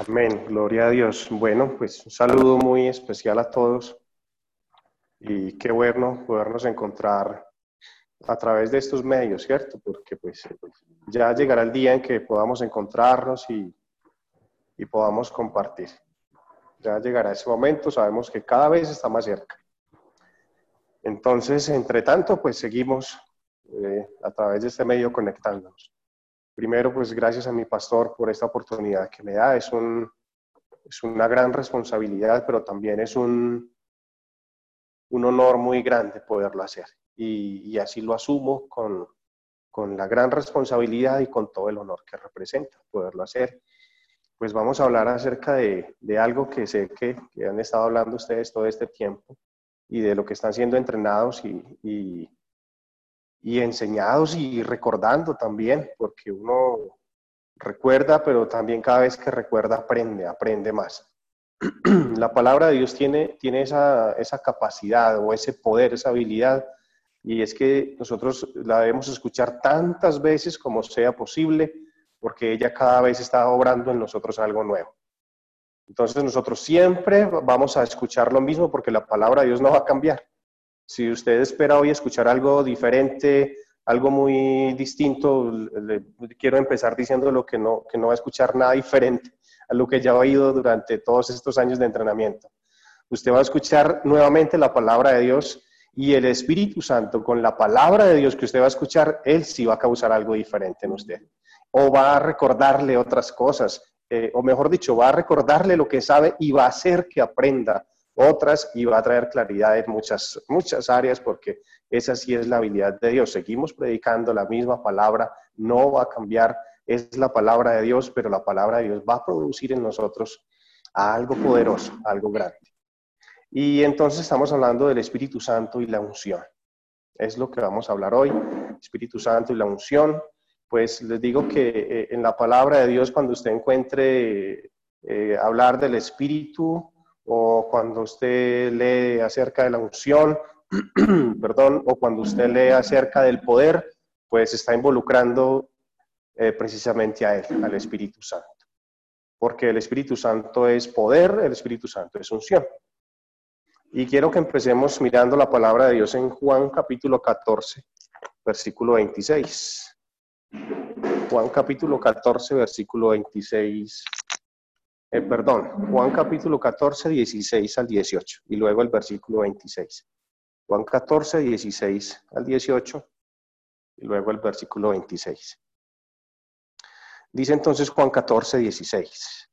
Amén, gloria a Dios. Bueno, pues un saludo muy especial a todos y qué bueno podernos encontrar a través de estos medios, ¿cierto? Porque pues ya llegará el día en que podamos encontrarnos y podamos compartir. Ya llegará ese momento, sabemos que cada vez está más cerca. Entonces, entre tanto, pues seguimos a través de este medio conectándonos. Primero, pues gracias a mi pastor por esta oportunidad que me da. Es una gran responsabilidad, pero también es un honor muy grande poderlo hacer. Y así lo asumo con la gran responsabilidad y con todo el honor que representa poderlo hacer. Pues vamos a hablar acerca de algo que sé que han estado hablando ustedes todo este tiempo y de lo que están siendo entrenados y enseñados y recordando también, porque uno recuerda, pero también cada vez que recuerda aprende más. La palabra de Dios tiene esa capacidad o ese poder, esa habilidad, y es que nosotros la debemos escuchar tantas veces como sea posible, porque ella cada vez está obrando en nosotros algo nuevo. Entonces nosotros siempre vamos a escuchar lo mismo porque la palabra de Dios no va a cambiar. Si usted espera hoy escuchar algo diferente, algo muy distinto, quiero empezar diciendo que no va a escuchar nada diferente a lo que ya ha oído durante todos estos años de entrenamiento. Usted va a escuchar nuevamente la palabra de Dios y el Espíritu Santo, con la palabra de Dios que usted va a escuchar, Él sí va a causar algo diferente en usted. O va a recordarle otras cosas, o mejor dicho, va a recordarle lo que sabe y va a hacer que aprenda otras y va a traer claridad en muchas áreas, porque esa sí es la habilidad de Dios. Seguimos predicando la misma palabra, no va a cambiar, es la palabra de Dios, pero la palabra de Dios va a producir en nosotros algo poderoso, algo grande. Y entonces estamos hablando del Espíritu Santo y la unción. Es lo que vamos a hablar hoy, Espíritu Santo y la unción. Pues les digo que en la palabra de Dios, cuando usted encuentre hablar del Espíritu, o cuando usted lee acerca de la unción, perdón, o cuando usted lee acerca del poder, pues está involucrando precisamente a él, al Espíritu Santo. Porque el Espíritu Santo es poder, el Espíritu Santo es unción. Y quiero que empecemos mirando la palabra de Dios en Juan capítulo 14, versículo 26. Juan capítulo 14, versículo 26. Juan capítulo 14, 16 al 18 y luego el versículo 26. Juan 14, 16 al 18 y luego el versículo 26. Dice entonces Juan 14, 16.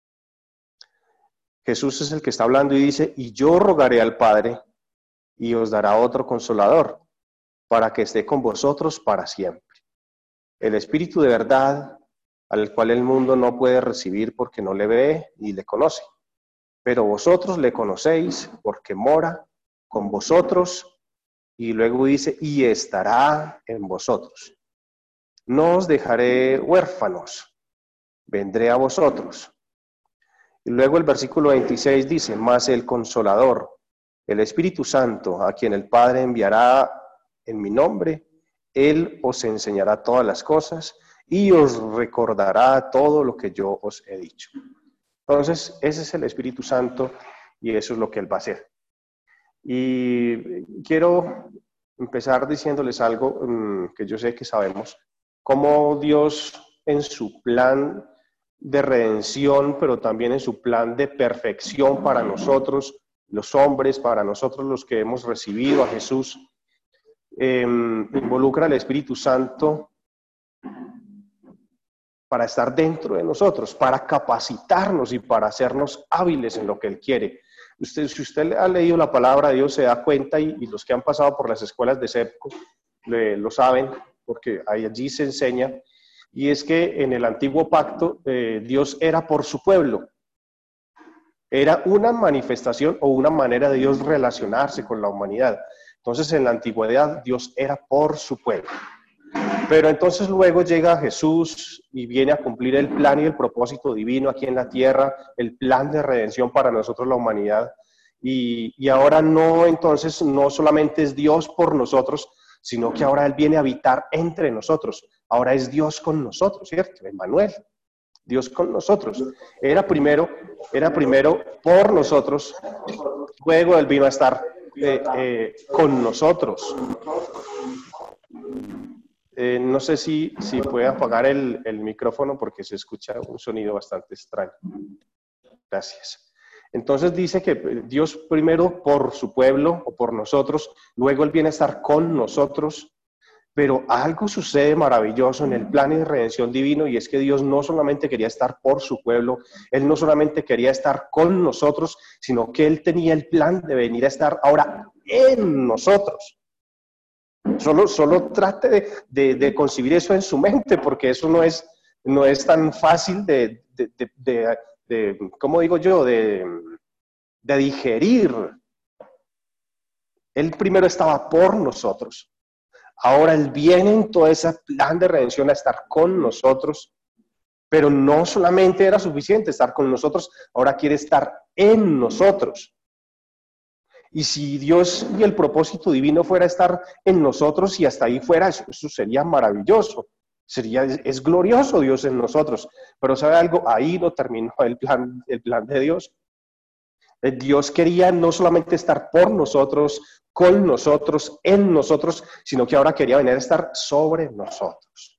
Jesús es el que está hablando y dice, y yo rogaré al Padre y os dará otro consolador para que esté con vosotros para siempre. El Espíritu de verdad, al cual el mundo no puede recibir porque no le ve ni le conoce. Pero vosotros le conocéis porque mora con vosotros, y luego dice, y estará en vosotros. No os dejaré huérfanos, vendré a vosotros. Y luego el versículo 26 dice, mas el Consolador, el Espíritu Santo, a quien el Padre enviará en mi nombre, Él os enseñará todas las cosas y os recordará todo lo que yo os he dicho. Entonces, ese es el Espíritu Santo y eso es lo que Él va a hacer. Y quiero empezar diciéndoles algo que yo sé que sabemos, cómo Dios en su plan de redención, pero también en su plan de perfección para nosotros, los hombres, para nosotros los que hemos recibido a Jesús, involucra al Espíritu Santo para estar dentro de nosotros, para capacitarnos y para hacernos hábiles en lo que Él quiere. Si usted ha leído la palabra de Dios, se da cuenta, y los que han pasado por las escuelas de CEPCO lo saben, porque allí se enseña, y es que en el antiguo pacto Dios era por su pueblo. Era una manifestación o una manera de Dios relacionarse con la humanidad. Entonces, en la antigüedad, Dios era por su pueblo. Pero entonces luego llega Jesús y viene a cumplir el plan y el propósito divino aquí en la tierra, el plan de redención para nosotros, la humanidad. Y ahora entonces no solamente es Dios por nosotros, sino que ahora Él viene a habitar entre nosotros. Ahora es Dios con nosotros, ¿cierto? Emmanuel. Dios con nosotros. Era primero por nosotros, luego Él vino a estar con nosotros. No sé si puede apagar el micrófono porque se escucha un sonido bastante extraño. Gracias. Entonces dice que Dios primero por su pueblo o por nosotros, luego Él viene a estar con nosotros, pero algo sucede maravilloso en el plan de redención divino, y es que Dios no solamente quería estar por su pueblo, Él no solamente quería estar con nosotros, sino que Él tenía el plan de venir a estar ahora en nosotros. Solo trate de concebir eso en su mente, porque eso no es tan fácil ¿cómo digo yo?, de digerir. Él primero estaba por nosotros. Ahora Él viene en todo ese plan de redención a estar con nosotros, pero no solamente era suficiente estar con nosotros, ahora quiere estar en nosotros. Y si Dios y el propósito divino fuera estar en nosotros y hasta ahí fuera, eso sería maravilloso. Es glorioso Dios en nosotros. Pero ¿sabe algo? Ahí no terminó el plan de Dios. Dios quería no solamente estar por nosotros, con nosotros, en nosotros, sino que ahora quería venir a estar sobre nosotros.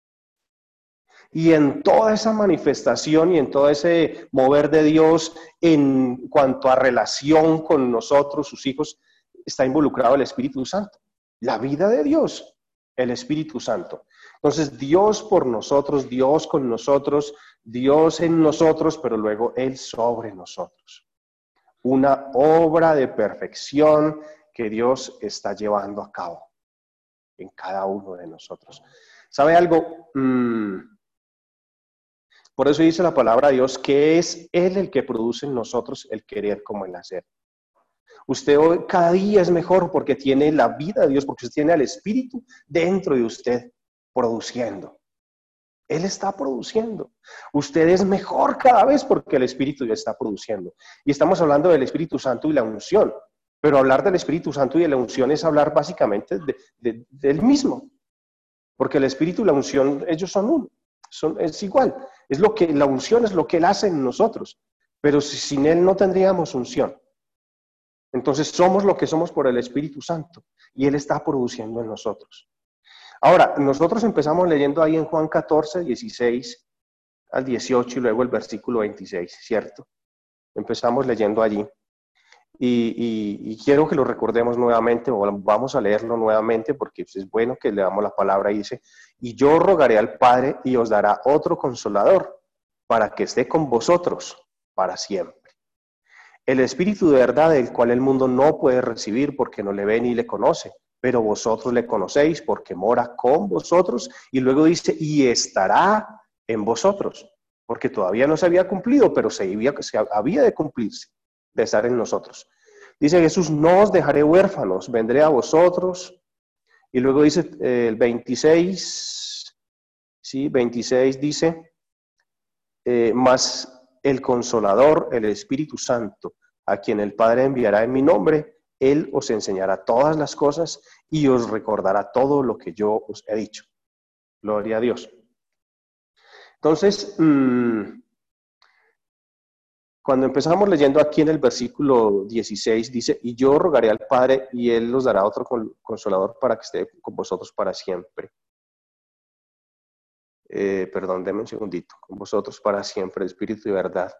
Y en toda esa manifestación y en todo ese mover de Dios en cuanto a relación con nosotros, sus hijos, está involucrado el Espíritu Santo. La vida de Dios, el Espíritu Santo. Entonces, Dios por nosotros, Dios con nosotros, Dios en nosotros, pero luego Él sobre nosotros. Una obra de perfección que Dios está llevando a cabo en cada uno de nosotros. ¿Sabe algo? Por eso dice la palabra de Dios que es Él el que produce en nosotros el querer como el hacer. Usted hoy, cada día es mejor porque tiene la vida de Dios, porque usted tiene al Espíritu dentro de usted produciendo. Él está produciendo. Usted es mejor cada vez porque el Espíritu ya está produciendo. Y estamos hablando del Espíritu Santo y la unción. Pero hablar del Espíritu Santo y de la unción es hablar básicamente del mismo. Porque el Espíritu y la unción, ellos son uno. Es igual. La unción es lo que Él hace en nosotros. Pero sin Él no tendríamos unción. Entonces somos lo que somos por el Espíritu Santo. Y Él está produciendo en nosotros. Ahora, nosotros empezamos leyendo ahí en Juan 14, 16 al 18 y luego el versículo 26, ¿cierto? Empezamos leyendo allí. Y quiero que lo recordemos nuevamente, o vamos a leerlo nuevamente, porque es bueno que leamos la palabra y dice, y yo rogaré al Padre y os dará otro consolador, para que esté con vosotros para siempre. El Espíritu de verdad, el cual el mundo no puede recibir porque no le ve ni le conoce, pero vosotros le conocéis porque mora con vosotros, y luego dice, y estará en vosotros, porque todavía no se había cumplido, pero se había de cumplirse, de estar en nosotros. Dice Jesús, no os dejaré huérfanos, vendré a vosotros. Y luego dice el 26, ¿sí? 26 dice, mas el Consolador, el Espíritu Santo, a quien el Padre enviará en mi nombre, Él os enseñará todas las cosas y os recordará todo lo que yo os he dicho. Gloria a Dios. Entonces, cuando empezamos leyendo aquí en el versículo 16, dice, y yo rogaré al Padre y Él os dará otro consolador para que esté con vosotros para siempre. Perdón, denme un segundito. Con vosotros para siempre, Espíritu de verdad.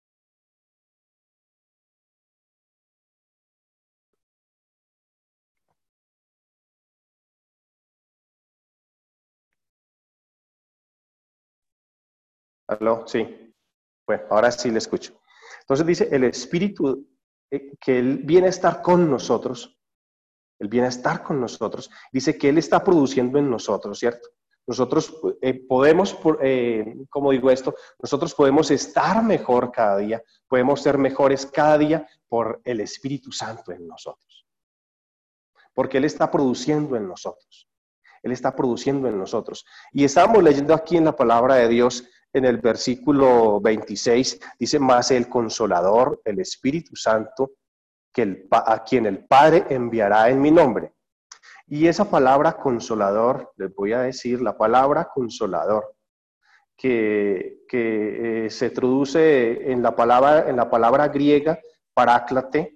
¿Aló? Sí. Bueno, ahora sí le escucho. Entonces dice, el Espíritu, que Él viene a estar con nosotros, Él viene a estar con nosotros, dice que Él está produciendo en nosotros, ¿cierto? Nosotros podemos, ¿cómo digo esto? Nosotros podemos estar mejor cada día, podemos ser mejores cada día por el Espíritu Santo en nosotros. Porque Él está produciendo en nosotros. Él está produciendo en nosotros. Y estábamos leyendo aquí en la palabra de Dios, en el versículo 26, dice, más el Consolador, el Espíritu Santo, a quien el Padre enviará en mi nombre. Y esa palabra consolador, les voy a decir, la palabra consolador, que se traduce en la palabra griega paráclate,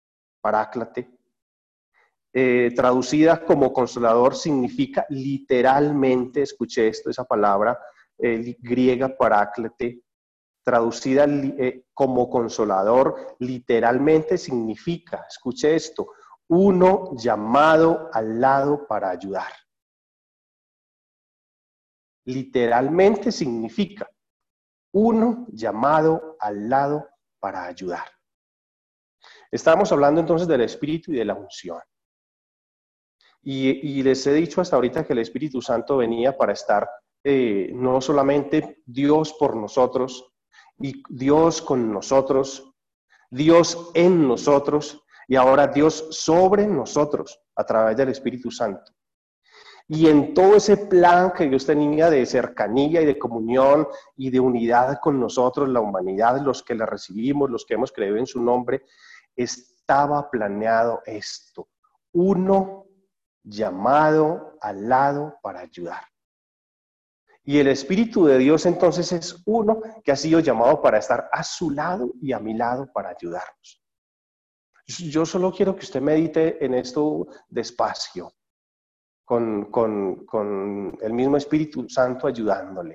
traducida como consolador, significa literalmente, escuché esto, esa palabra griega paráclate, traducida como consolador, literalmente significa, escuche esto, uno llamado al lado para ayudar. Literalmente significa uno llamado al lado para ayudar. Estamos hablando entonces del Espíritu y de la unción. Y les he dicho hasta ahorita que el Espíritu Santo venía para estar no solamente Dios por nosotros, y Dios con nosotros, Dios en nosotros, y ahora Dios sobre nosotros a través del Espíritu Santo. Y en todo ese plan que Dios tenía de cercanía y de comunión y de unidad con nosotros, la humanidad, los que le recibimos, los que hemos creído en su nombre, estaba planeado esto. Uno llamado al lado para ayudar. Y el Espíritu de Dios entonces es uno que ha sido llamado para estar a su lado y a mi lado para ayudarnos. Yo solo quiero que usted medite en esto despacio, con el mismo Espíritu Santo ayudándole.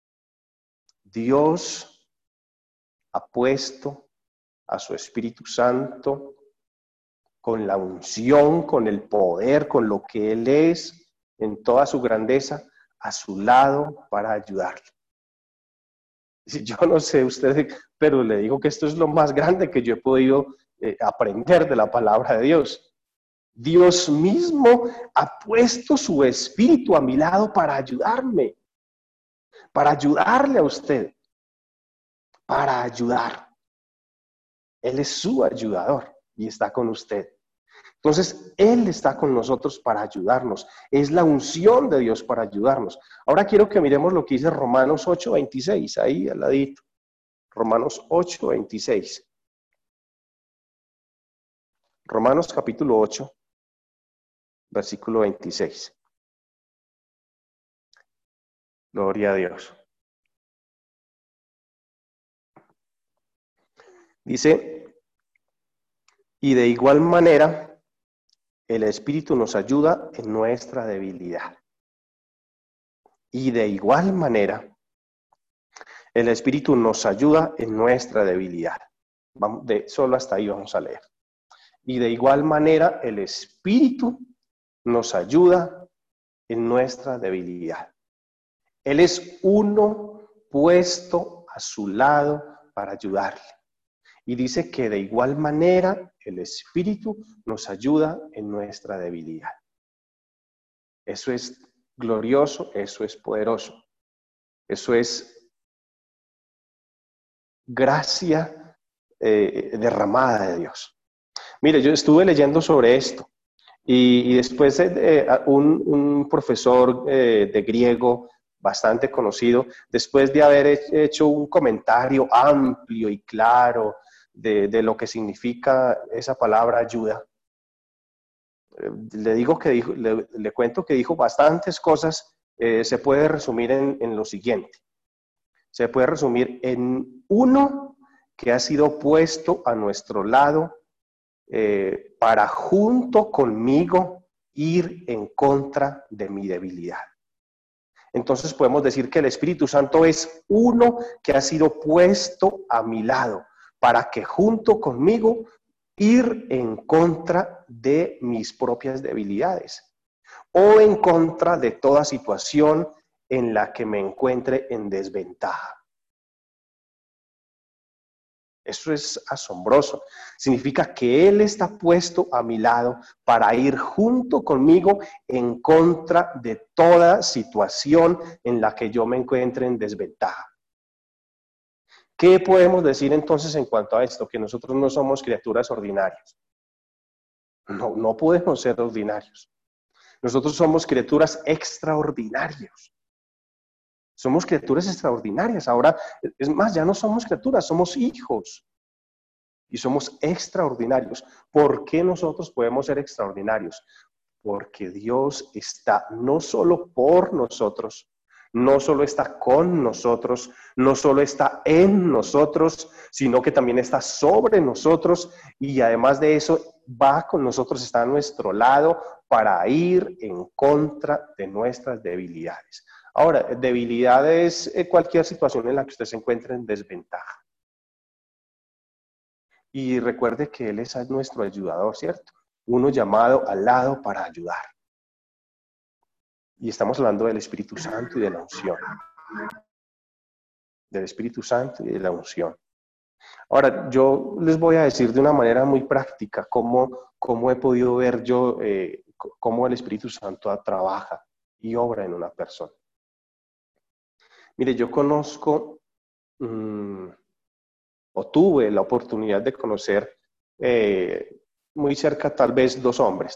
Dios ha puesto a su Espíritu Santo con la unción, con el poder, con lo que Él es, en toda su grandeza, a su lado para ayudarle. Yo no sé usted, pero le digo que esto es lo más grande que yo he podido aprender de la palabra de Dios. Dios mismo ha puesto su Espíritu a mi lado para ayudarme, para ayudarle a usted, para ayudar. Él es su ayudador y está con usted. Entonces, Él está con nosotros para ayudarnos. Es la unción de Dios para ayudarnos. Ahora quiero que miremos lo que dice Romanos 8:26, ahí al ladito. Romanos 8:26. Romanos capítulo 8, versículo 26. Gloria a Dios. Dice, y de igual manera, el Espíritu nos ayuda en nuestra debilidad. Y de igual manera, el Espíritu nos ayuda en nuestra debilidad. Vamos, solo hasta ahí vamos a leer. Y de igual manera, el Espíritu nos ayuda en nuestra debilidad. Él es uno puesto a su lado para ayudarle. Y dice que de igual manera el Espíritu nos ayuda en nuestra debilidad. Eso es glorioso, eso es poderoso. Eso es gracia derramada de Dios. Mire, yo estuve leyendo sobre esto y después un profesor de griego bastante conocido, después de haber hecho un comentario amplio y claro de lo que significa esa palabra ayuda, le cuento que dijo bastantes cosas. Se puede resumir en lo siguiente. Se puede resumir en uno que ha sido puesto a nuestro lado para junto conmigo ir en contra de mi debilidad. Entonces podemos decir que el Espíritu Santo es uno que ha sido puesto a mi lado para que junto conmigo ir en contra de mis propias debilidades o en contra de toda situación en la que me encuentre en desventaja. Eso es asombroso. Significa que Él está puesto a mi lado para ir junto conmigo en contra de toda situación en la que yo me encuentre en desventaja. ¿Qué podemos decir entonces en cuanto a esto? Que nosotros no somos criaturas ordinarias. No podemos ser ordinarios. Nosotros somos criaturas extraordinarias. Somos criaturas extraordinarias. Ahora, es más, ya no somos criaturas, somos hijos. Y somos extraordinarios. ¿Por qué nosotros podemos ser extraordinarios? Porque Dios está no solo por nosotros, No solo está con nosotros, no solo está en nosotros, sino que también está sobre nosotros y además de eso va con nosotros, está a nuestro lado para ir en contra de nuestras debilidades. Ahora, debilidad es cualquier situación en la que usted se encuentre en desventaja. Y recuerde que Él es nuestro ayudador, ¿cierto? Uno llamado al lado para ayudar. Y estamos hablando del Espíritu Santo y de la unción. Del Espíritu Santo y de la unción. Ahora, yo les voy a decir de una manera muy práctica cómo he podido ver yo cómo el Espíritu Santo trabaja y obra en una persona. Mire, yo conozco o tuve la oportunidad de conocer muy cerca tal vez dos hombres,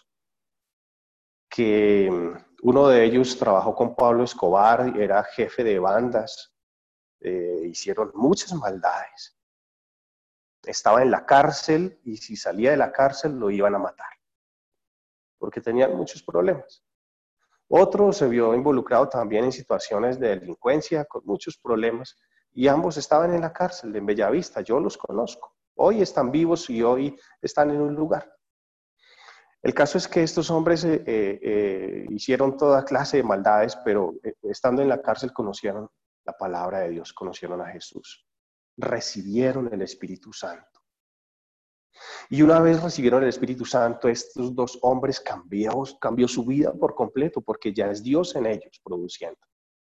que uno de ellos trabajó con Pablo Escobar, era jefe de bandas, hicieron muchas maldades. Estaba en la cárcel y si salía de la cárcel lo iban a matar, porque tenían muchos problemas. Otro se vio involucrado también en situaciones de delincuencia con muchos problemas y ambos estaban en la cárcel en Bellavista, yo los conozco. Hoy están vivos y hoy están en un lugar. El caso es que estos hombres hicieron toda clase de maldades, pero estando en la cárcel conocieron la palabra de Dios, conocieron a Jesús, recibieron el Espíritu Santo. Y una vez recibieron el Espíritu Santo, estos dos hombres cambió su vida por completo, porque ya es Dios en ellos produciendo.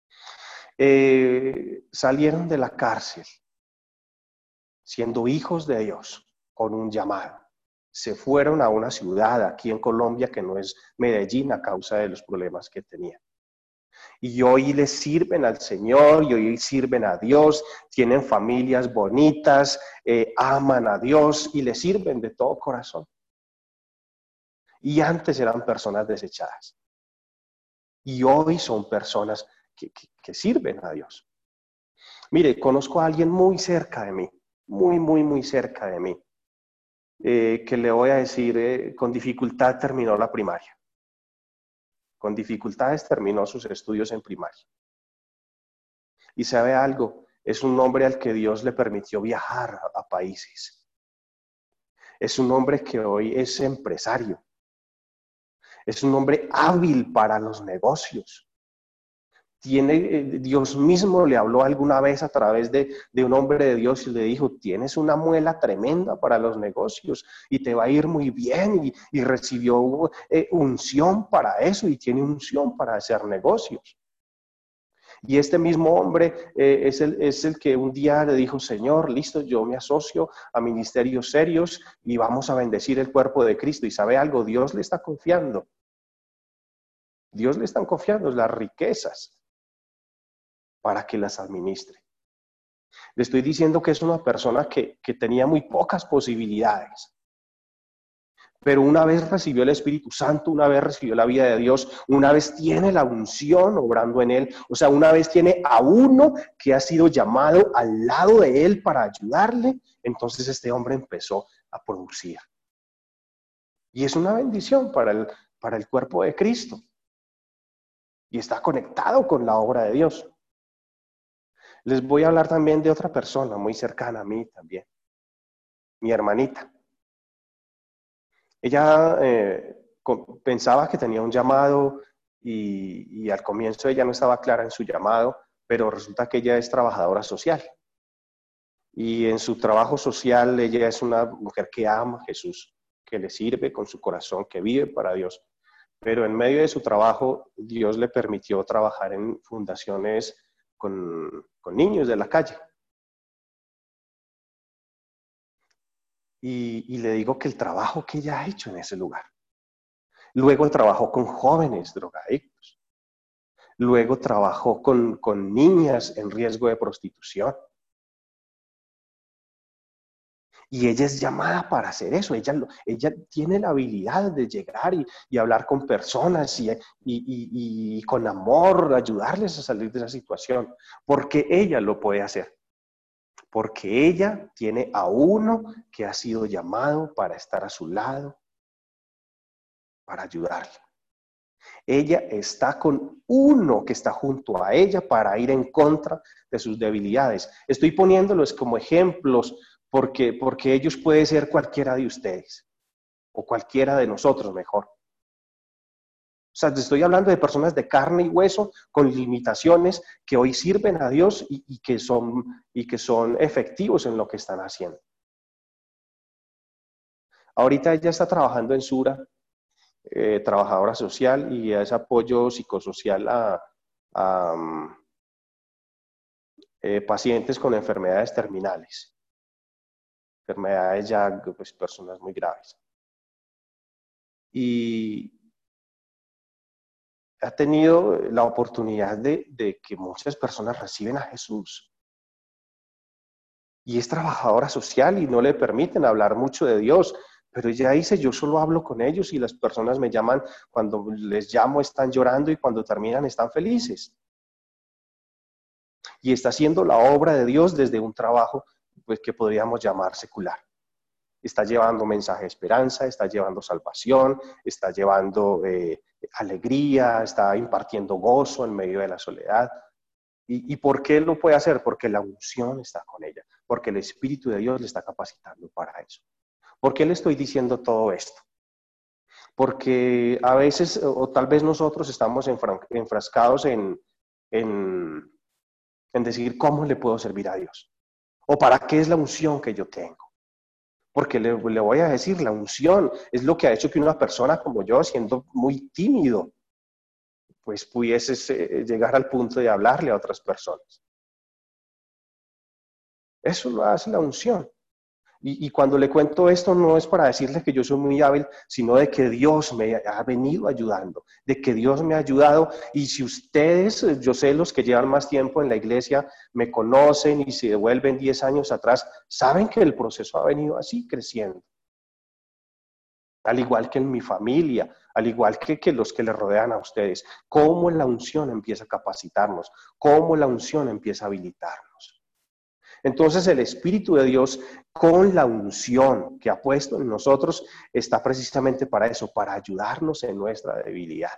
Salieron de la cárcel, siendo hijos de Dios, con un llamado. Se fueron a una ciudad aquí en Colombia que no es Medellín a causa de los problemas que tenían. Y hoy les sirven al Señor y hoy sirven a Dios, tienen familias bonitas, aman a Dios y le sirven de todo corazón. Y antes eran personas desechadas. Y hoy son personas que sirven a Dios. Mire, conozco a alguien muy cerca de mí, muy cerca de mí, que le voy a decir, con dificultad terminó la primaria. Con dificultades terminó sus estudios en primaria. Y sabe algo, es un hombre al que Dios le permitió viajar a países. Es un hombre que hoy es empresario. Es un hombre hábil para los negocios. Dios mismo le habló alguna vez a través de un hombre de Dios y le dijo, tienes una muela tremenda para los negocios y te va a ir muy bien y recibió unción para eso y tiene unción para hacer negocios. Y este mismo hombre es el que un día le dijo, Señor, listo, yo me asocio a ministerios serios y vamos a bendecir el cuerpo de Cristo. Y sabe algo, Dios le está confiando. Dios le está confiando las riquezas para que las administre. Le estoy diciendo que es una persona que tenía muy pocas posibilidades. Pero una vez recibió el Espíritu Santo, una vez recibió la vida de Dios, una vez tiene la unción obrando en él, o sea, una vez tiene a uno que ha sido llamado al lado de él para ayudarle, entonces este hombre empezó a producir. Y es una bendición para el cuerpo de Cristo. Y está conectado con la obra de Dios. Les voy a hablar también de otra persona muy cercana a mí también, mi hermanita. Ella pensaba que tenía un llamado y al comienzo ella no estaba clara en su llamado, pero resulta que ella es trabajadora social. Y en su trabajo social ella es una mujer que ama a Jesús, que le sirve con su corazón, que vive para Dios. Pero en medio de su trabajo, Dios le permitió trabajar en fundaciones con niños de la calle. Y le digo que el trabajo que ella ha hecho en ese lugar. Luego trabajó con jóvenes drogadictos. Luego trabajó con niñas en riesgo de prostitución. Y ella es llamada para hacer eso. Ella tiene la habilidad de llegar y hablar con personas y con amor ayudarles a salir de esa situación. Porque ella lo puede hacer. Porque ella tiene a uno que ha sido llamado para estar a su lado, para ayudarle. Ella está con uno que está junto a ella para ir en contra de sus debilidades. Estoy poniéndolos como ejemplos porque ellos pueden ser cualquiera de ustedes o cualquiera de nosotros mejor. O sea, te estoy hablando de personas de carne y hueso con limitaciones que hoy sirven a Dios y que son efectivos en lo que están haciendo. Ahorita ella está trabajando en Sura, trabajadora social, y es apoyo psicosocial a pacientes con enfermedades terminales, enfermedades ya, pues, personas muy graves. Y ha tenido la oportunidad de que muchas personas reciben a Jesús. Y es trabajadora social y no le permiten hablar mucho de Dios. Pero ella dice, yo solo hablo con ellos y las personas me llaman, cuando les llamo están llorando y cuando terminan están felices. Y está haciendo la obra de Dios desde un trabajo, pues, que podríamos llamar secular. Está llevando mensaje de esperanza, está llevando salvación, está llevando alegría, está impartiendo gozo en medio de la soledad. ¿Y por qué lo puede hacer? Porque la unción está con ella, porque el Espíritu de Dios le está capacitando para eso. ¿Por qué le estoy diciendo todo esto? Porque a veces, o tal vez nosotros estamos enfrascados en decir cómo le puedo servir a Dios, o para qué es la unción que yo tengo. Porque le voy a decir, la unción es lo que ha hecho que una persona como yo, siendo muy tímido, pues pudiese llegar al punto de hablarle a otras personas. Eso lo hace la unción. Y cuando le cuento esto no es para decirle que yo soy muy hábil, sino de que Dios me ha venido ayudando, de que Dios me ha ayudado. Y si ustedes, yo sé, los que llevan más tiempo en la iglesia, me conocen y se devuelven 10 años atrás, saben que el proceso ha venido así, creciendo. Al igual que en mi familia, al igual que los que le rodean a ustedes. Cómo la unción empieza a capacitarnos, cómo la unción empieza a habilitarnos. Entonces el Espíritu de Dios, con la unción que ha puesto en nosotros, está precisamente para eso, para ayudarnos en nuestra debilidad,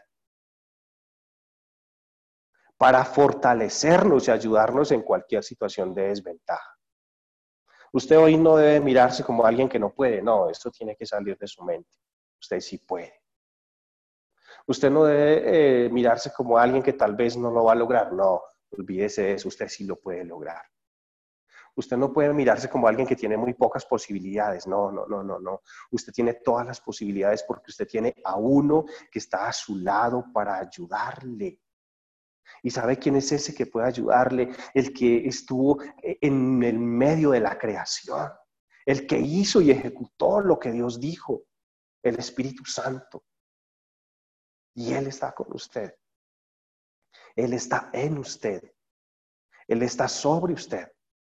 para fortalecernos y ayudarnos en cualquier situación de desventaja. Usted hoy no debe mirarse como alguien que no puede, no, esto tiene que salir de su mente. Usted sí puede. Usted no debe mirarse como alguien que tal vez no lo va a lograr, no, olvídese de eso, usted sí lo puede lograr. Usted no puede mirarse como alguien que tiene muy pocas posibilidades. No, no, no, no, no. Usted tiene todas las posibilidades porque usted tiene a uno que está a su lado para ayudarle. ¿Y sabe quién es ese que puede ayudarle? El que estuvo en el medio de la creación. El que hizo y ejecutó lo que Dios dijo. El Espíritu Santo. Y Él está con usted. Él está en usted. Él está sobre usted.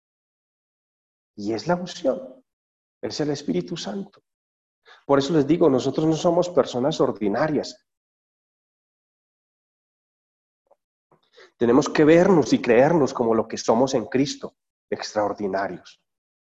Y es la unción. Es el Espíritu Santo. Por eso les digo, nosotros no somos personas ordinarias. Tenemos que vernos y creernos como lo que somos en Cristo, extraordinarios.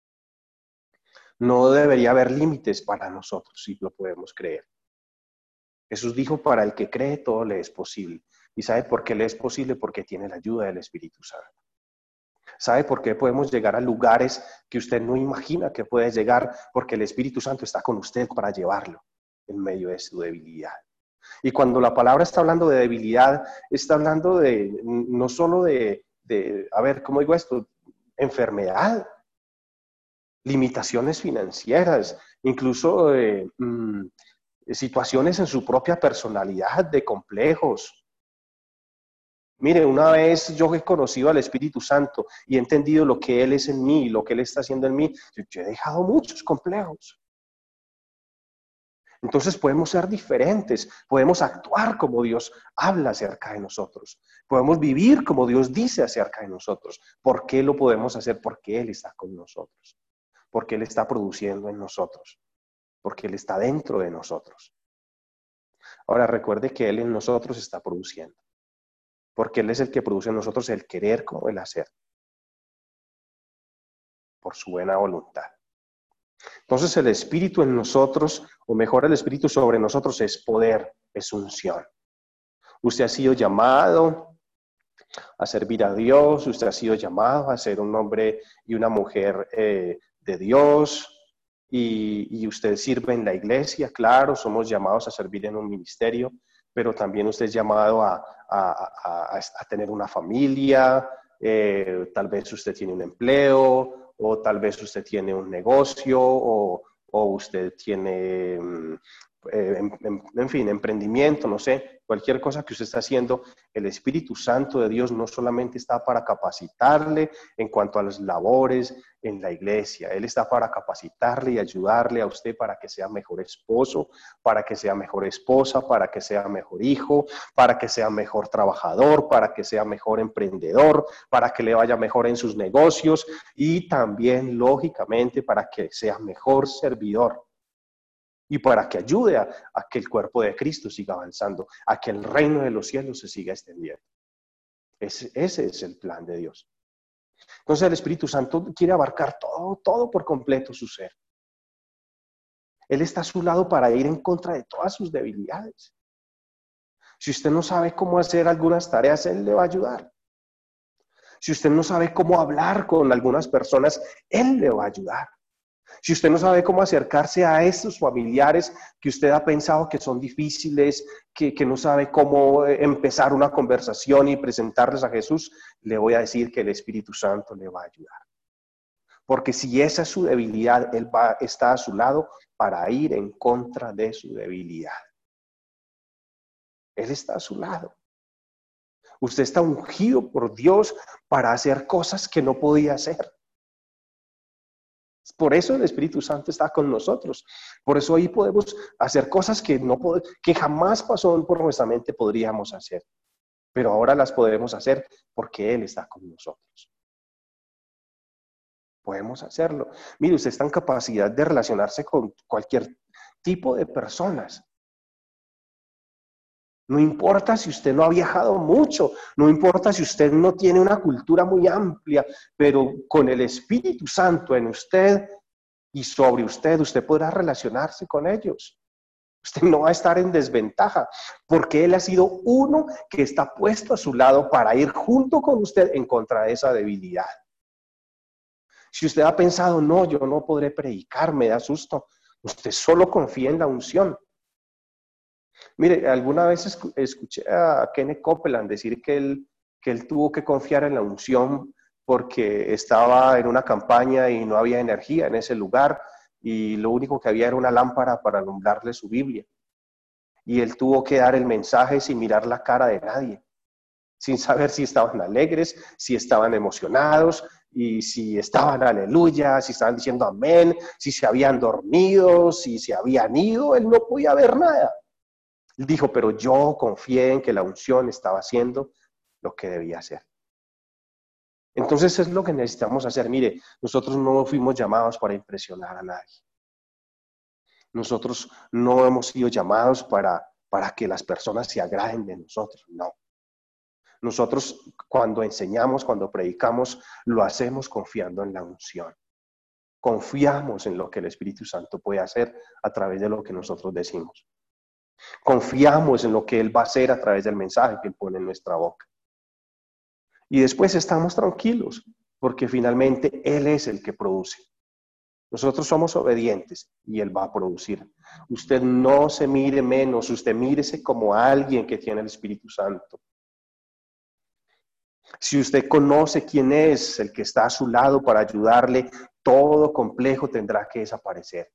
No debería haber límites para nosotros si lo podemos creer. Jesús dijo, para el que cree todo le es posible. ¿Y sabe por qué le es posible? Porque tiene la ayuda del Espíritu Santo. ¿Sabe por qué podemos llegar a lugares que usted no imagina que puede llegar? Porque el Espíritu Santo está con usted para llevarlo en medio de su debilidad. Y cuando la palabra está hablando de debilidad, está hablando de no solo a ver, ¿cómo digo esto? Enfermedad, limitaciones financieras, incluso situaciones en su propia personalidad de complejos. Mire, una vez yo he conocido al Espíritu Santo y he entendido lo que Él es en mí y lo que Él está haciendo en mí, yo he dejado muchos complejos. Entonces podemos ser diferentes, podemos actuar como Dios habla acerca de nosotros, podemos vivir como Dios dice acerca de nosotros. ¿Por qué lo podemos hacer? Porque Él está con nosotros, porque Él está produciendo en nosotros, porque Él está dentro de nosotros. Ahora recuerde que Él en nosotros está produciendo, porque Él es el que produce en nosotros el querer como el hacer, por su buena voluntad. Entonces el Espíritu en nosotros, o mejor el Espíritu sobre nosotros, es poder, es unción. Usted ha sido llamado a servir a Dios, usted ha sido llamado a ser un hombre y una mujer de Dios, y usted sirve en la iglesia, claro, somos llamados a servir en un ministerio, pero también usted es llamado a tener una familia, tal vez usted tiene un empleo, o tal vez usted tiene un negocio, o usted tiene, en fin, emprendimiento, no sé, cualquier cosa que usted está haciendo, el Espíritu Santo de Dios no solamente está para capacitarle en cuanto a las labores en la iglesia, Él está para capacitarle y ayudarle a usted para que sea mejor esposo, para que sea mejor esposa, para que sea mejor hijo, para que sea mejor trabajador, para que sea mejor emprendedor, para que le vaya mejor en sus negocios y también, lógicamente, para que sea mejor servidor. Y para que ayude a que el cuerpo de Cristo siga avanzando, a que el reino de los cielos se siga extendiendo. Ese es el plan de Dios. Entonces el Espíritu Santo quiere abarcar todo por completo su ser. Él está a su lado para ir en contra de todas sus debilidades. Si usted no sabe cómo hacer algunas tareas, Él le va a ayudar. Si usted no sabe cómo hablar con algunas personas, Él le va a ayudar. Si usted no sabe cómo acercarse a estos familiares que usted ha pensado que son difíciles, que no sabe cómo empezar una conversación y presentarles a Jesús, le voy a decir que el Espíritu Santo le va a ayudar. Porque si esa es su debilidad, Él está a su lado para ir en contra de su debilidad. Él está a su lado. Usted está ungido por Dios para hacer cosas que no podía hacer. Por eso el Espíritu Santo está con nosotros. Por eso ahí podemos hacer cosas que jamás pasó por nuestra mente podríamos hacer. Pero ahora las podemos hacer porque Él está con nosotros. Podemos hacerlo. Mire, usted está en capacidad de relacionarse con cualquier tipo de personas. No importa si usted no ha viajado mucho, no importa si usted no tiene una cultura muy amplia, pero con el Espíritu Santo en usted y sobre usted, usted podrá relacionarse con ellos. Usted no va a estar en desventaja, porque Él ha sido uno que está puesto a su lado para ir junto con usted en contra de esa debilidad. Si usted ha pensado, no, yo no podré predicar, me da susto, usted solo confía en la unción. Mire, alguna vez escuché a Kenneth Copeland decir que él tuvo que confiar en la unción porque estaba en una campaña y no había energía en ese lugar y lo único que había era una lámpara para alumbrarle su Biblia. Y él tuvo que dar el mensaje sin mirar la cara de nadie, sin saber si estaban alegres, si estaban emocionados y si estaban aleluya, si estaban diciendo amén, si se habían dormido, si se habían ido, él no podía ver nada. Él dijo, pero yo confié en que la unción estaba haciendo lo que debía hacer. Entonces es lo que necesitamos hacer. Mire, nosotros no fuimos llamados para impresionar a nadie. Nosotros no hemos sido llamados para que las personas se agraden de nosotros, no. Nosotros cuando enseñamos, cuando predicamos, lo hacemos confiando en la unción. Confiamos en lo que el Espíritu Santo puede hacer a través de lo que nosotros decimos. Confiamos en lo que Él va a hacer a través del mensaje que Él pone en nuestra boca. Y después estamos tranquilos, porque finalmente Él es el que produce. Nosotros somos obedientes y Él va a producir. Usted no se mire menos, usted mírese como alguien que tiene el Espíritu Santo. Si usted conoce quién es el que está a su lado para ayudarle, todo complejo tendrá que desaparecer.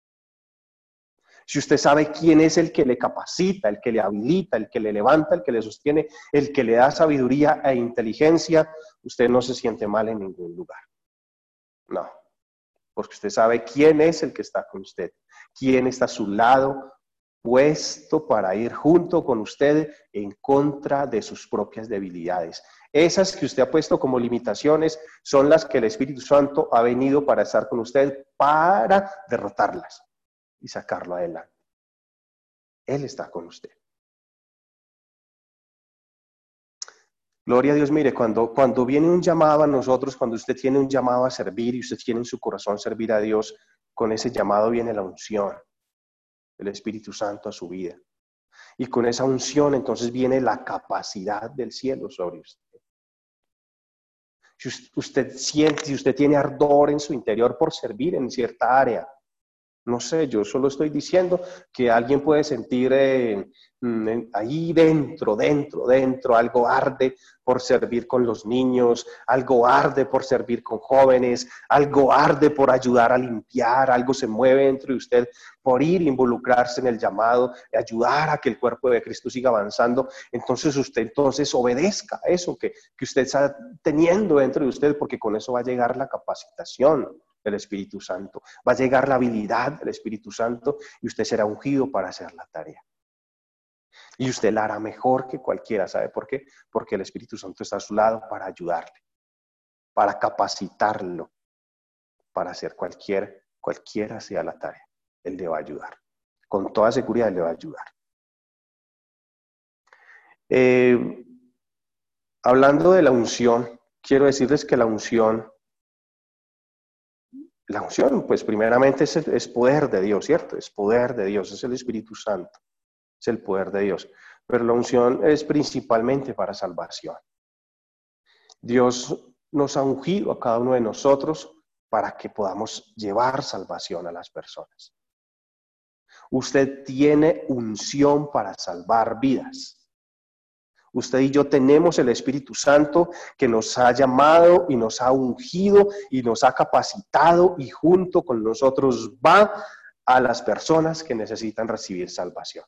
Si usted sabe quién es el que le capacita, el que le habilita, el que le levanta, el que le sostiene, el que le da sabiduría e inteligencia, usted no se siente mal en ningún lugar. No, porque usted sabe quién es el que está con usted, quién está a su lado, puesto para ir junto con usted en contra de sus propias debilidades. Esas que usted ha puesto como limitaciones son las que el Espíritu Santo ha venido para estar con usted, para derrotarlas y sacarlo adelante. Él está con usted. Gloria a Dios, mire, cuando viene un llamado a nosotros, cuando usted tiene un llamado a servir y usted tiene en su corazón servir a Dios, con ese llamado viene la unción, el Espíritu Santo a su vida. Y con esa unción entonces viene la capacidad del cielo sobre usted. Si usted siente, si usted tiene ardor en su interior por servir en cierta área, no sé, yo solo estoy diciendo que alguien puede sentir ahí dentro, algo arde por servir con los niños, algo arde por servir con jóvenes, algo arde por ayudar a limpiar, algo se mueve dentro de usted por ir a involucrarse en el llamado, ayudar a que el cuerpo de Cristo siga avanzando. Entonces usted obedezca a eso que usted está teniendo dentro de usted, porque con eso va a llegar la capacitación del Espíritu Santo. Va a llegar la habilidad del Espíritu Santo y usted será ungido para hacer la tarea. Y usted la hará mejor que cualquiera. ¿Sabe por qué? Porque el Espíritu Santo está a su lado para ayudarle, para capacitarlo, para hacer cualquiera sea la tarea. Él le va a ayudar. Con toda seguridad le va a ayudar. Hablando de la unción, quiero decirles que la unción, pues primeramente es poder de Dios, ¿cierto? Es poder de Dios, es el Espíritu Santo, es el poder de Dios. Pero la unción es principalmente para salvación. Dios nos ha ungido a cada uno de nosotros para que podamos llevar salvación a las personas. Usted tiene unción para salvar vidas. Usted y yo tenemos el Espíritu Santo que nos ha llamado y nos ha ungido y nos ha capacitado y junto con nosotros va a las personas que necesitan recibir salvación.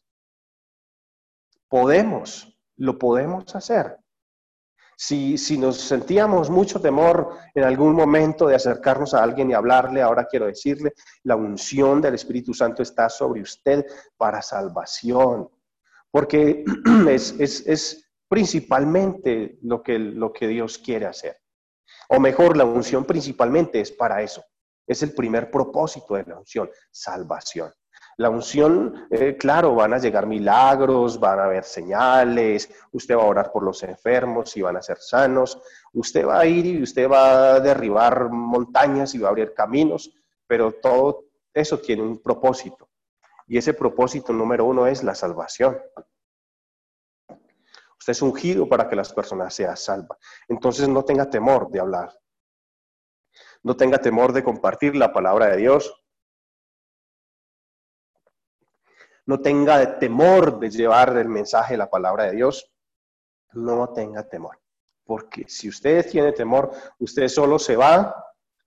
Lo podemos hacer. Si nos sentíamos mucho temor en algún momento de acercarnos a alguien y hablarle, ahora quiero decirle, la unción del Espíritu Santo está sobre usted para salvación. Porque es principalmente lo que Dios quiere hacer. O mejor, la unción principalmente es para eso. Es el primer propósito de la unción, salvación. La unción, claro, van a llegar milagros, van a haber señales, usted va a orar por los enfermos y van a ser sanos, usted va a ir y usted va a derribar montañas y va a abrir caminos, pero todo eso tiene un propósito. Y ese propósito número uno es la salvación. Usted es ungido para que las personas sean salvas. Entonces no tenga temor de hablar. No tenga temor de compartir la palabra de Dios. No tenga temor de llevar el mensaje de la palabra de Dios. No tenga temor. Porque si usted tiene temor, usted solo se va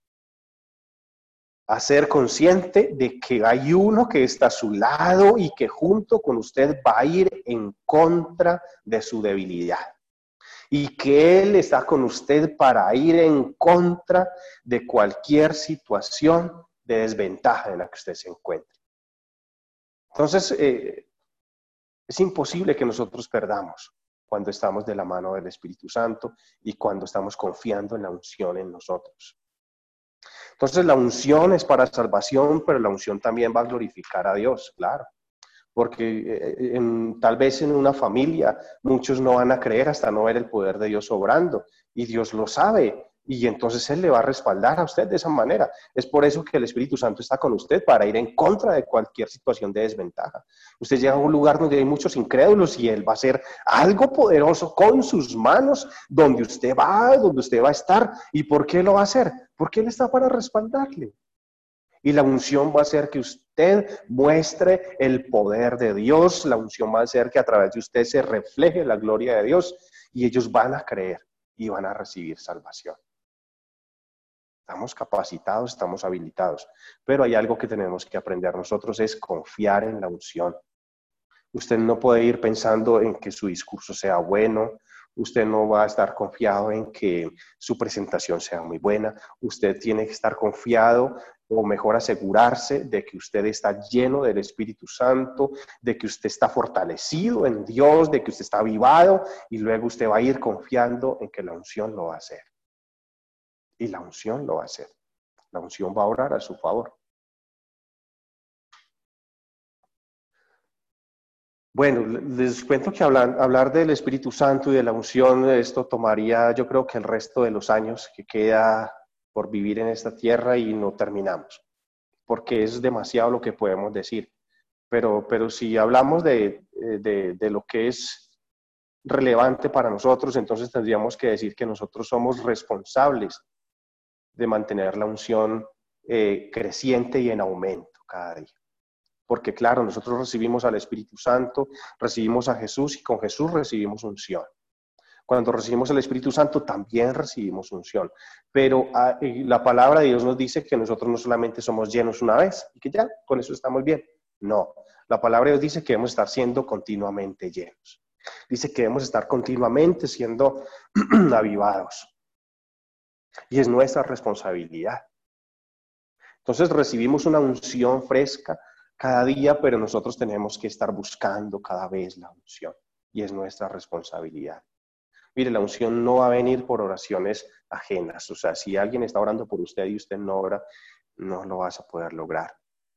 a ser consciente de que hay uno que está a su lado y que junto con usted va a ir en contra de su debilidad. Y que Él está con usted para ir en contra de cualquier situación de desventaja en la que usted se encuentre. Entonces, es imposible que nosotros perdamos cuando estamos de la mano del Espíritu Santo y cuando estamos confiando en la unción en nosotros. Entonces, la unción es para salvación, pero la unción también va a glorificar a Dios, claro. Porque tal vez en una familia muchos no van a creer hasta no ver el poder de Dios obrando, y Dios lo sabe, y entonces Él le va a respaldar a usted de esa manera. Es por eso que el Espíritu Santo está con usted, para ir en contra de cualquier situación de desventaja. Usted llega a un lugar donde hay muchos incrédulos y Él va a hacer algo poderoso con sus manos, donde usted va a estar. ¿Y por qué lo va a hacer? Porque Él está para respaldarle. Y la unción va a hacer que usted muestre el poder de Dios. La unción va a hacer que a través de usted se refleje la gloria de Dios y ellos van a creer y van a recibir salvación. Estamos capacitados, estamos habilitados, pero hay algo que tenemos que aprender nosotros, es confiar en la unción. Usted no puede ir pensando en que su discurso sea bueno, usted no va a estar confiado en que su presentación sea muy buena, usted tiene que estar confiado, o mejor asegurarse de que usted está lleno del Espíritu Santo, de que usted está fortalecido en Dios, de que usted está avivado, y luego usted va a ir confiando en que la unción lo va a hacer. Y la unción lo va a hacer. La unción va a orar a su favor. Bueno, les cuento que hablar del Espíritu Santo y de la unción, esto tomaría, yo creo que el resto de los años que queda por vivir en esta tierra y no terminamos, porque es demasiado lo que podemos decir. Pero si hablamos de lo que es relevante para nosotros, entonces tendríamos que decir que nosotros somos responsables de mantener la unción creciente y en aumento cada día. Porque claro, nosotros recibimos al Espíritu Santo, recibimos a Jesús y con Jesús recibimos unción. Cuando recibimos el Espíritu Santo también recibimos unción. Pero la palabra de Dios nos dice que nosotros no solamente somos llenos una vez y que ya, con eso estamos bien. No, la palabra de Dios dice que debemos estar siendo continuamente llenos. Dice que debemos estar continuamente siendo avivados. Y es nuestra responsabilidad. Entonces recibimos una unción fresca cada día, pero nosotros tenemos que estar buscando cada vez la unción. Y es nuestra responsabilidad. Mire, la unción no va a venir por oraciones ajenas. O sea, si alguien está orando por usted y usted no ora, no lo vas a poder lograr.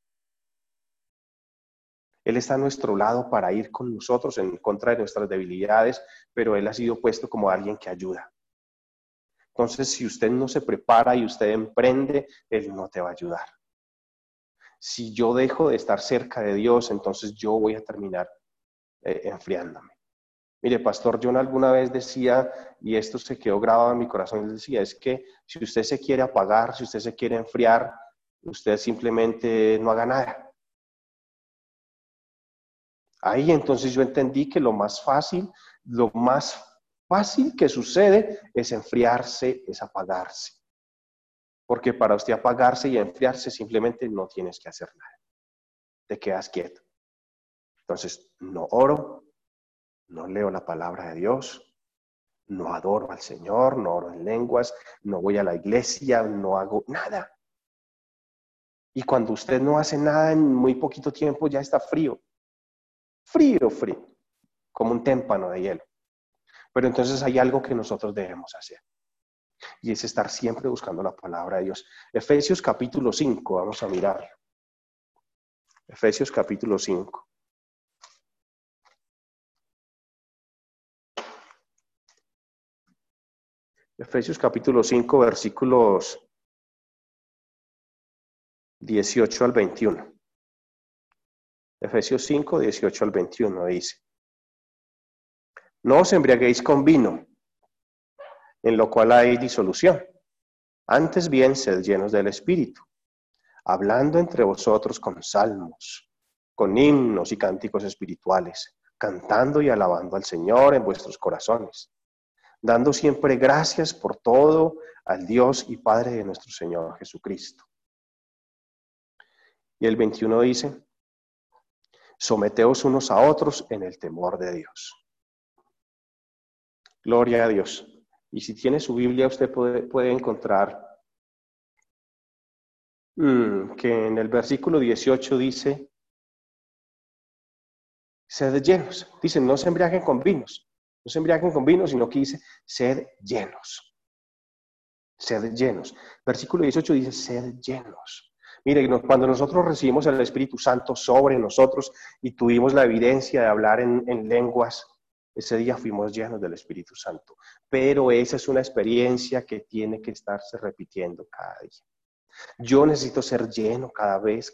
Él está a nuestro lado para ir con nosotros en contra de nuestras debilidades, pero Él ha sido puesto como alguien que ayuda. Entonces, si usted no se prepara y usted emprende, Él no te va a ayudar. Si yo dejo de estar cerca de Dios, entonces yo voy a terminar enfriándome. Mire, Pastor John alguna vez decía, y esto se quedó grabado en mi corazón, él decía, es que si usted se quiere apagar, si usted se quiere enfriar, usted simplemente no haga nada. Ahí entonces yo entendí que lo más fácil que sucede es enfriarse, es apagarse. Porque para usted apagarse y enfriarse simplemente no tienes que hacer nada. Te quedas quieto. Entonces, no oro, no leo la palabra de Dios, no adoro al Señor, no oro en lenguas, no voy a la iglesia, no hago nada. Y cuando usted no hace nada en muy poquito tiempo, ya está frío. Frío, como un témpano de hielo. Pero entonces hay algo que nosotros debemos hacer. Y es estar siempre buscando la palabra de Dios. Efesios capítulo 5, vamos a mirar. Efesios capítulo 5. Efesios capítulo 5, versículos 18 al 21. Efesios 5, 18 al 21 dice: No os embriaguéis con vino, en lo cual hay disolución. Antes bien, sed llenos del Espíritu, hablando entre vosotros con salmos, con himnos y cánticos espirituales, cantando y alabando al Señor en vuestros corazones, dando siempre gracias por todo al Dios y Padre de nuestro Señor Jesucristo. Y el 21 dice: Someteos unos a otros en el temor de Dios. Gloria a Dios. Y si tiene su Biblia, usted puede encontrar que en el versículo 18 dice: sed llenos. Dice, no se embriaguen con vinos. No se embriaguen con vino, sino que dice, sed llenos. Sed llenos. Versículo 18 dice, sed llenos. Mire, cuando nosotros recibimos el Espíritu Santo sobre nosotros y tuvimos la evidencia de hablar en lenguas, ese día fuimos llenos del Espíritu Santo. Pero esa es una experiencia que tiene que estarse repitiendo cada día. Yo necesito ser lleno cada vez.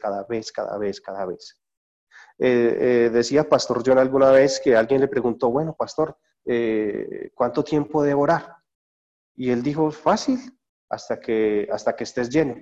Decía Pastor John alguna vez que alguien le preguntó, bueno, Pastor, ¿cuánto tiempo debo orar? Y él dijo, fácil, hasta que estés lleno.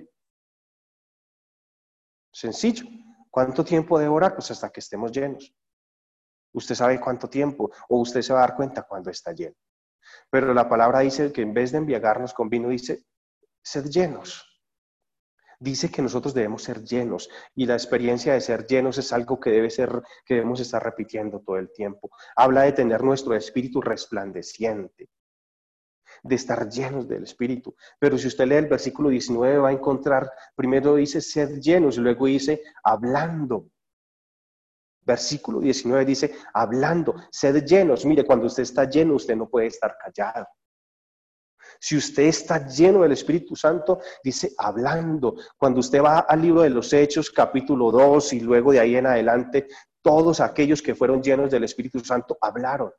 Sencillo. ¿Cuánto tiempo debo orar? Pues hasta que estemos llenos. Usted sabe cuánto tiempo, o usted se va a dar cuenta cuando está lleno. Pero la palabra dice que en vez de embriagarnos con vino, dice, sed llenos. Dice que nosotros debemos ser llenos, y la experiencia de ser llenos es algo que debemos estar repitiendo todo el tiempo. Habla de tener nuestro espíritu resplandeciente, de estar llenos del Espíritu. Pero si usted lee el versículo 19 va a encontrar, primero dice sed llenos y luego dice hablando. Versículo 19 dice hablando, sed llenos. Mire, cuando usted está lleno, usted no puede estar callado. Si usted está lleno del Espíritu Santo, dice hablando. Cuando usted va al libro de los Hechos, capítulo 2, y luego de ahí en adelante, todos aquellos que fueron llenos del Espíritu Santo hablaron.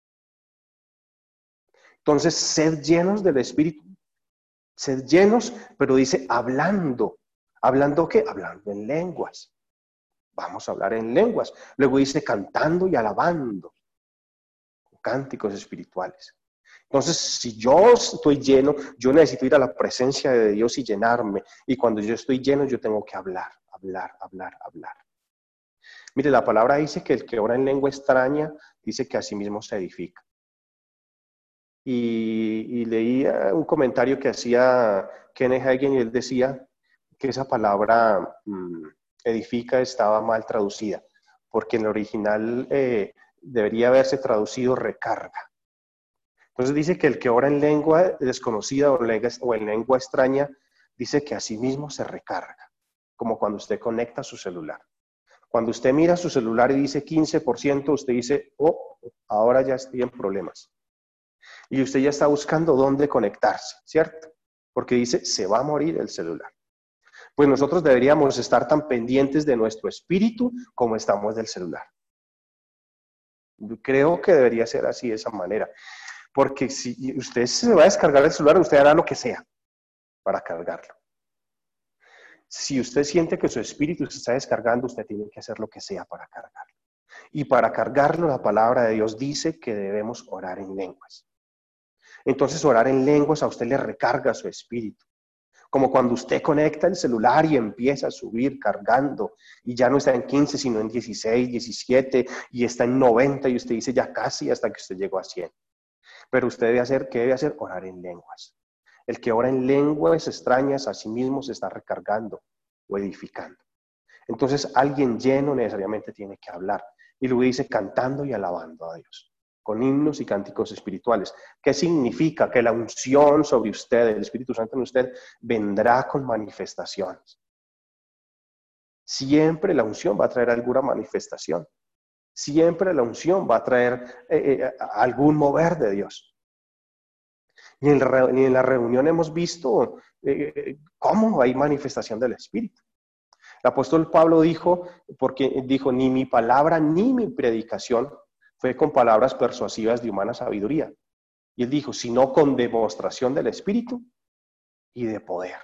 Entonces, sed llenos del Espíritu, sed llenos, pero dice hablando. ¿Hablando qué? Hablando en lenguas. Vamos a hablar en lenguas. Luego dice cantando y alabando, cánticos espirituales. Entonces, si yo estoy lleno, yo necesito ir a la presencia de Dios y llenarme. Y cuando yo estoy lleno, yo tengo que hablar, hablar, hablar, hablar. Mire, la palabra dice que el que ora en lengua extraña, dice que a sí mismo se edifica. Y leí un comentario que hacía Kenneth Hagin y él decía que esa palabra edifica estaba mal traducida, porque en el original debería haberse traducido recarga. Entonces dice que el que ora en lengua desconocida o en lengua extraña, dice que a sí mismo se recarga, como cuando usted conecta su celular. Cuando usted mira su celular y dice 15%, usted dice, oh, ahora ya estoy en problemas. Y usted ya está buscando dónde conectarse, ¿cierto? Porque dice, se va a morir el celular. Pues nosotros deberíamos estar tan pendientes de nuestro espíritu como estamos del celular. Creo que debería ser así, de esa manera. Porque si usted se va a descargar el celular, usted hará lo que sea para cargarlo. Si usted siente que su espíritu se está descargando, usted tiene que hacer lo que sea para cargarlo. Y para cargarlo, la palabra de Dios dice que debemos orar en lenguas. Entonces, orar en lenguas a usted le recarga su espíritu. Como cuando usted conecta el celular y empieza a subir cargando y ya no está en 15, sino en 16, 17 y está en 90 y usted dice ya casi hasta que usted llegó a 100. Pero usted debe hacer, ¿qué debe hacer? Orar en lenguas. El que ora en lenguas extrañas a sí mismo se está recargando o edificando. Entonces alguien lleno necesariamente tiene que hablar. Y luego dice cantando y alabando a Dios, con himnos y cánticos espirituales. ¿Qué significa? Que la unción sobre usted, el Espíritu Santo en usted, vendrá con manifestaciones. Siempre la unción va a traer alguna manifestación. Siempre la unción va a traer algún mover de Dios. Y en la reunión hemos visto cómo hay manifestación del Espíritu. El apóstol Pablo dijo, porque dijo, ni mi palabra ni mi predicación fue con palabras persuasivas de humana sabiduría. Y él dijo, sino con demostración del Espíritu y de poder.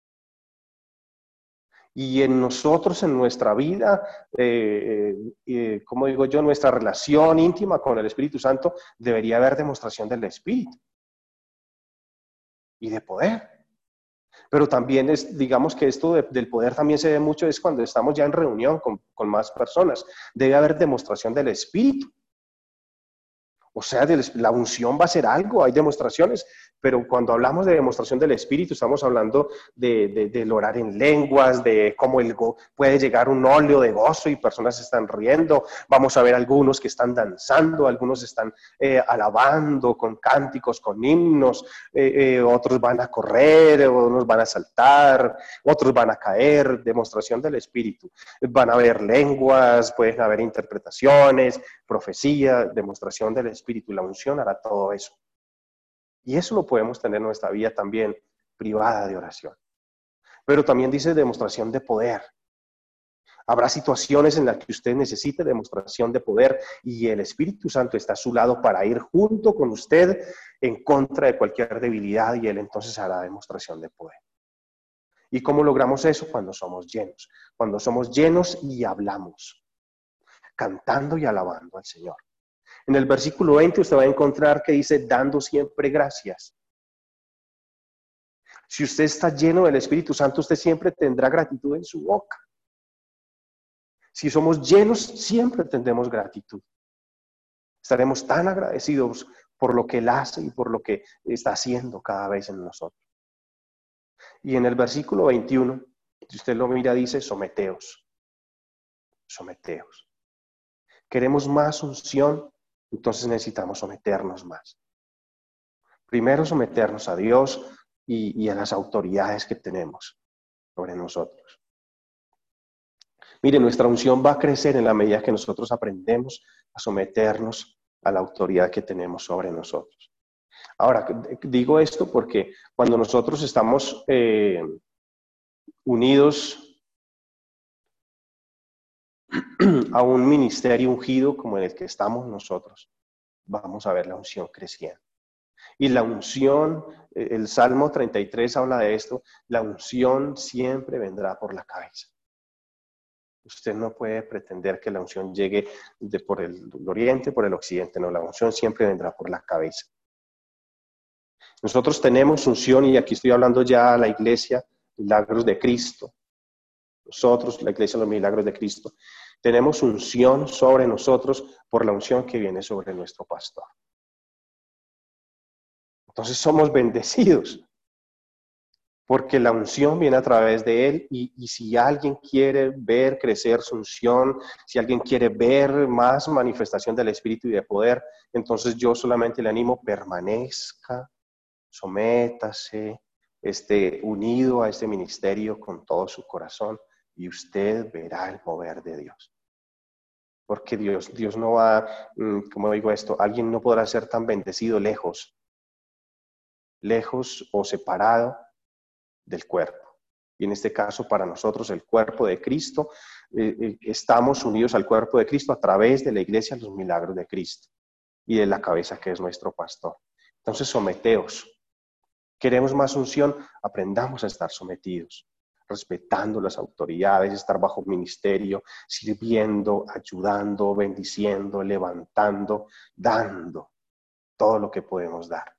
Y en nosotros, en nuestra vida, como digo yo, nuestra relación íntima con el Espíritu Santo, debería haber demostración del Espíritu y de poder. Pero también es, digamos que esto del poder también se ve mucho, es cuando estamos ya en reunión con más personas. Debe haber demostración del Espíritu. O sea, la unción va a ser algo, hay demostraciones, pero cuando hablamos de demostración del Espíritu, estamos hablando del orar en lenguas, de cómo puede llegar un óleo de gozo y personas están riendo. Vamos a ver algunos que están danzando, algunos están alabando con cánticos, con himnos, otros van a correr, otros van a saltar, otros van a caer, demostración del Espíritu. Van a haber lenguas, pueden haber interpretaciones, profecía, demostración del Espíritu. La unción hará todo eso. Y eso lo podemos tener en nuestra vida también privada de oración. Pero también dice demostración de poder. Habrá situaciones en las que usted necesite demostración de poder y el Espíritu Santo está a su lado para ir junto con usted en contra de cualquier debilidad y Él entonces hará demostración de poder. ¿Y cómo logramos eso? Cuando somos llenos. Cuando somos llenos y hablamos, cantando y alabando al Señor. En el versículo 20 usted va a encontrar que dice, dando siempre gracias. Si usted está lleno del Espíritu Santo, usted siempre tendrá gratitud en su boca. Si somos llenos, siempre tendremos gratitud. Estaremos tan agradecidos por lo que Él hace y por lo que está haciendo cada vez en nosotros. Y en el versículo 21, si usted lo mira, dice, someteos. Someteos. Queremos más unción, entonces necesitamos someternos más. Primero someternos a Dios y a las autoridades que tenemos sobre nosotros. Mire, nuestra unción va a crecer en la medida que nosotros aprendemos a someternos a la autoridad que tenemos sobre nosotros. Ahora, digo esto porque cuando nosotros estamos unidos a un ministerio ungido como en el que estamos nosotros, vamos a ver la unción creciendo. Y la unción, el Salmo 33 habla de esto, la unción siempre vendrá por la cabeza. Usted no puede pretender que la unción llegue por el oriente, por el occidente. No, la unción siempre vendrá por la cabeza. Nosotros tenemos unción, y aquí estoy hablando ya a la iglesia, Milagros de Cristo. Nosotros, la iglesia de los Milagros de Cristo, tenemos unción sobre nosotros por la unción que viene sobre nuestro pastor. Entonces somos bendecidos, porque la unción viene a través de él, y si alguien quiere ver crecer su unción, si alguien quiere ver más manifestación del Espíritu y de poder, entonces yo solamente le animo: permanezca, sométase, esté unido a este ministerio con todo su corazón, y usted verá el mover de Dios. Porque Dios no va, como digo esto, alguien no podrá ser tan bendecido lejos o separado del cuerpo. Y en este caso, para nosotros, el cuerpo de Cristo, estamos unidos al cuerpo de Cristo a través de la iglesia, los Milagros de Cristo, y de la cabeza que es nuestro pastor. Entonces, someteos. ¿Queremos más unción? Aprendamos a estar sometidos, respetando las autoridades, estar bajo ministerio, sirviendo, ayudando, bendiciendo, levantando, dando todo lo que podemos dar.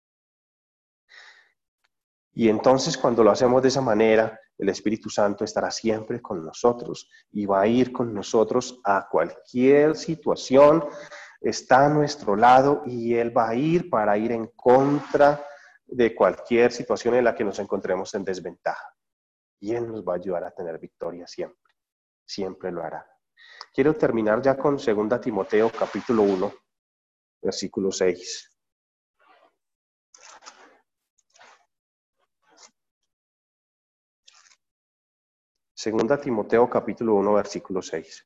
Y entonces, cuando lo hacemos de esa manera, el Espíritu Santo estará siempre con nosotros y va a ir con nosotros a cualquier situación. Está a nuestro lado y Él va a ir para ir en contra de cualquier situación en la que nos encontremos en desventaja. Y Él nos va a ayudar a tener victoria siempre. Siempre lo hará. Quiero terminar ya con 2 Timoteo capítulo 1, versículo 6. Segunda Timoteo capítulo 1, versículo 6.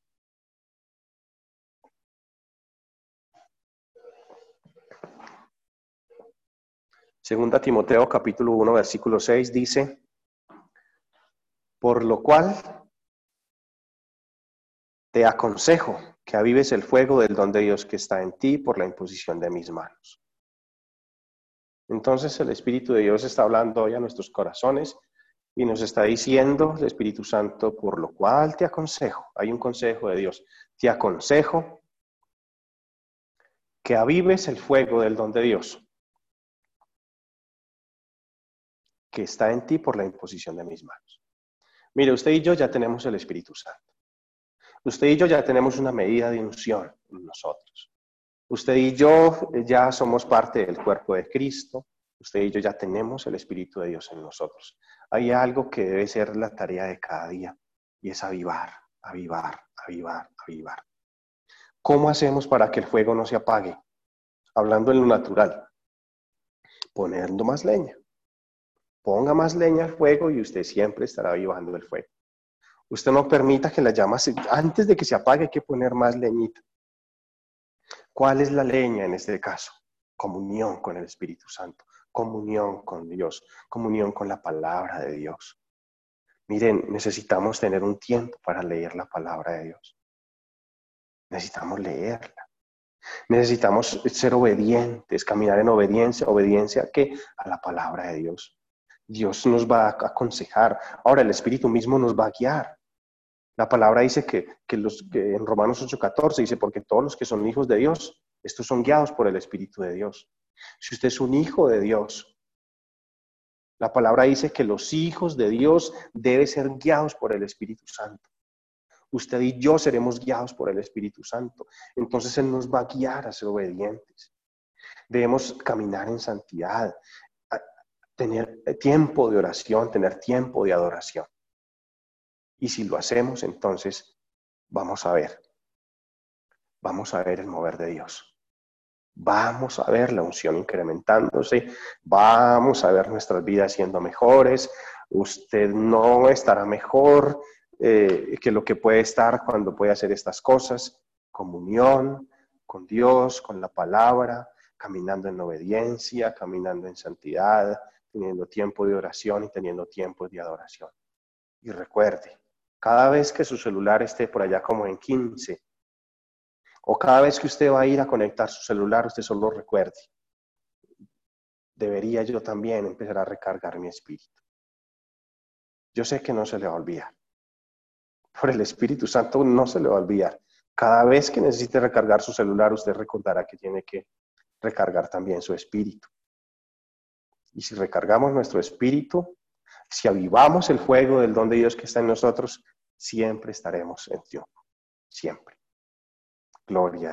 Segunda Timoteo capítulo 1, versículo 6 dice: por lo cual te aconsejo que avives el fuego del don de Dios que está en ti por la imposición de mis manos. Entonces el Espíritu de Dios está hablando hoy a nuestros corazones y nos está diciendo el Espíritu Santo: por lo cual te aconsejo, hay un consejo de Dios, te aconsejo que avives el fuego del don de Dios que está en ti por la imposición de mis manos. Mire, usted y yo ya tenemos el Espíritu Santo. Usted y yo ya tenemos una medida de unción en nosotros. Usted y yo ya somos parte del cuerpo de Cristo. Usted y yo ya tenemos el Espíritu de Dios en nosotros. Hay algo que debe ser la tarea de cada día, y es avivar, avivar, avivar, avivar. ¿Cómo hacemos para que el fuego no se apague? Hablando en lo natural, poniendo más leña. Ponga más leña al fuego y usted siempre estará avivando el fuego. Usted no permita que la llama, antes de que se apague, hay que poner más leñita. ¿Cuál es la leña en este caso? Comunión con el Espíritu Santo, comunión con Dios, comunión con la palabra de Dios. Miren, necesitamos tener un tiempo para leer la palabra de Dios. Necesitamos leerla. Necesitamos ser obedientes, caminar en obediencia. ¿Obediencia a qué? A la palabra de Dios. Dios nos va a aconsejar. Ahora el Espíritu mismo nos va a guiar. La palabra dice que en Romanos 8:14 dice: porque todos los que son hijos de Dios, estos son guiados por el Espíritu de Dios. Si usted es un hijo de Dios, la palabra dice que los hijos de Dios deben ser guiados por el Espíritu Santo. Usted y yo seremos guiados por el Espíritu Santo. Entonces Él nos va a guiar a ser obedientes. Debemos caminar en santidad, tener tiempo de oración, tener tiempo de adoración. Y si lo hacemos, entonces vamos a ver el mover de Dios. Vamos a ver la unción incrementándose, vamos a ver nuestras vidas siendo mejores. Usted no estará mejor que lo que puede estar cuando puede hacer estas cosas. Comunión con Dios, con la palabra, caminando en obediencia, caminando en santidad, teniendo tiempo de oración y teniendo tiempo de adoración. Y recuerde, cada vez que su celular esté por allá como en 15, o cada vez que usted va a ir a conectar su celular, usted solo recuerde: debería yo también empezar a recargar mi espíritu. Yo sé que no se le va a olvidar, por el Espíritu Santo no se le va a olvidar. Cada vez que necesite recargar su celular, usted recordará que tiene que recargar también su espíritu. Y si recargamos nuestro espíritu, si avivamos el fuego del don de Dios que está en nosotros, siempre estaremos en triunfo. Siempre. Gloria a